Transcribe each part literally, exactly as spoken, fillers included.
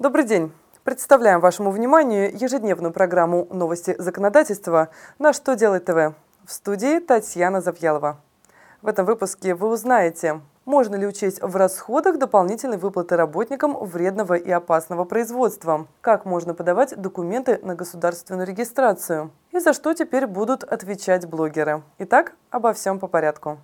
Добрый день! Представляем вашему вниманию ежедневную программу «Новости законодательства» на «Что делать ТВ». В студии Татьяна Завьялова. В этом выпуске вы узнаете, можно ли учесть в расходах дополнительные выплаты работникам вредного и опасного производства, как можно подавать документы на государственную регистрацию и за что теперь будут отвечать блогеры. Итак, обо всем по порядку.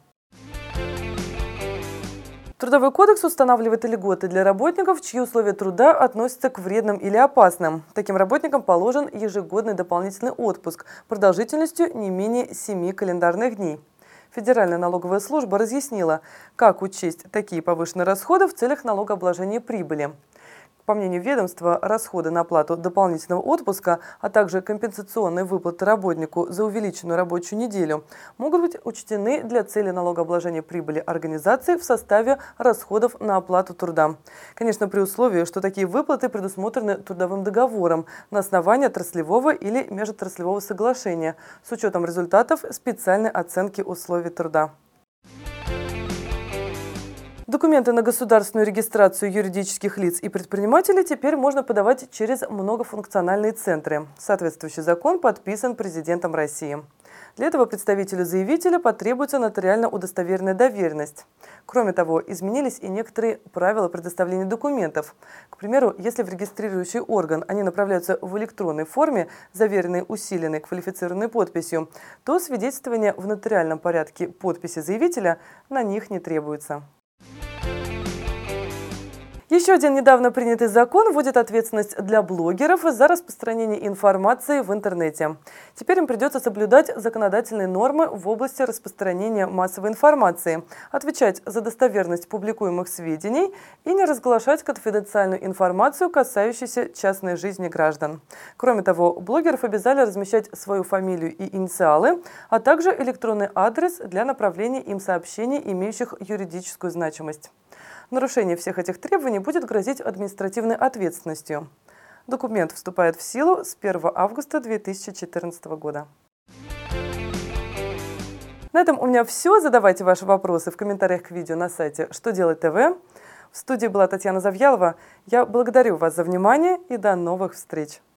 Трудовой кодекс устанавливает льготы для работников, чьи условия труда относятся к вредным или опасным. Таким работникам положен ежегодный дополнительный отпуск продолжительностью не менее семи календарных дней. Федеральная налоговая служба разъяснила, как учесть такие повышенные расходы в целях налогообложения прибыли. По мнению ведомства, расходы на оплату дополнительного отпуска, а также компенсационные выплаты работнику за увеличенную рабочую неделю могут быть учтены для цели налогообложения прибыли организации в составе расходов на оплату труда. Конечно, при условии, что такие выплаты предусмотрены трудовым договором на основании отраслевого или межотраслевого соглашения с учетом результатов специальной оценки условий труда. Документы на государственную регистрацию юридических лиц и предпринимателей теперь можно подавать через многофункциональные центры. Соответствующий закон подписан президентом России. Для этого представителю заявителя потребуется нотариально удостоверенная доверенность. Кроме того, изменились и некоторые правила предоставления документов. К примеру, если в регистрирующий орган они направляются в электронной форме, заверенной усиленной квалифицированной подписью, то свидетельствование в нотариальном порядке подписи заявителя на них не требуется. Еще один недавно принятый закон вводит ответственность для блогеров за распространение информации в интернете. Теперь им придется соблюдать законодательные нормы в области распространения массовой информации, отвечать за достоверность публикуемых сведений и не разглашать конфиденциальную информацию, касающуюся частной жизни граждан. Кроме того, блогеров обязали размещать свою фамилию и инициалы, а также электронный адрес для направления им сообщений, имеющих юридическую значимость. Нарушение всех этих требований будет грозить административной ответственностью. Документ вступает в силу с первого августа две тысячи четырнадцатого года. На этом у меня все. Задавайте ваши вопросы в комментариях к видео на сайте «Что делать ТВ». В студии была Татьяна Завьялова. Я благодарю вас за внимание и до новых встреч!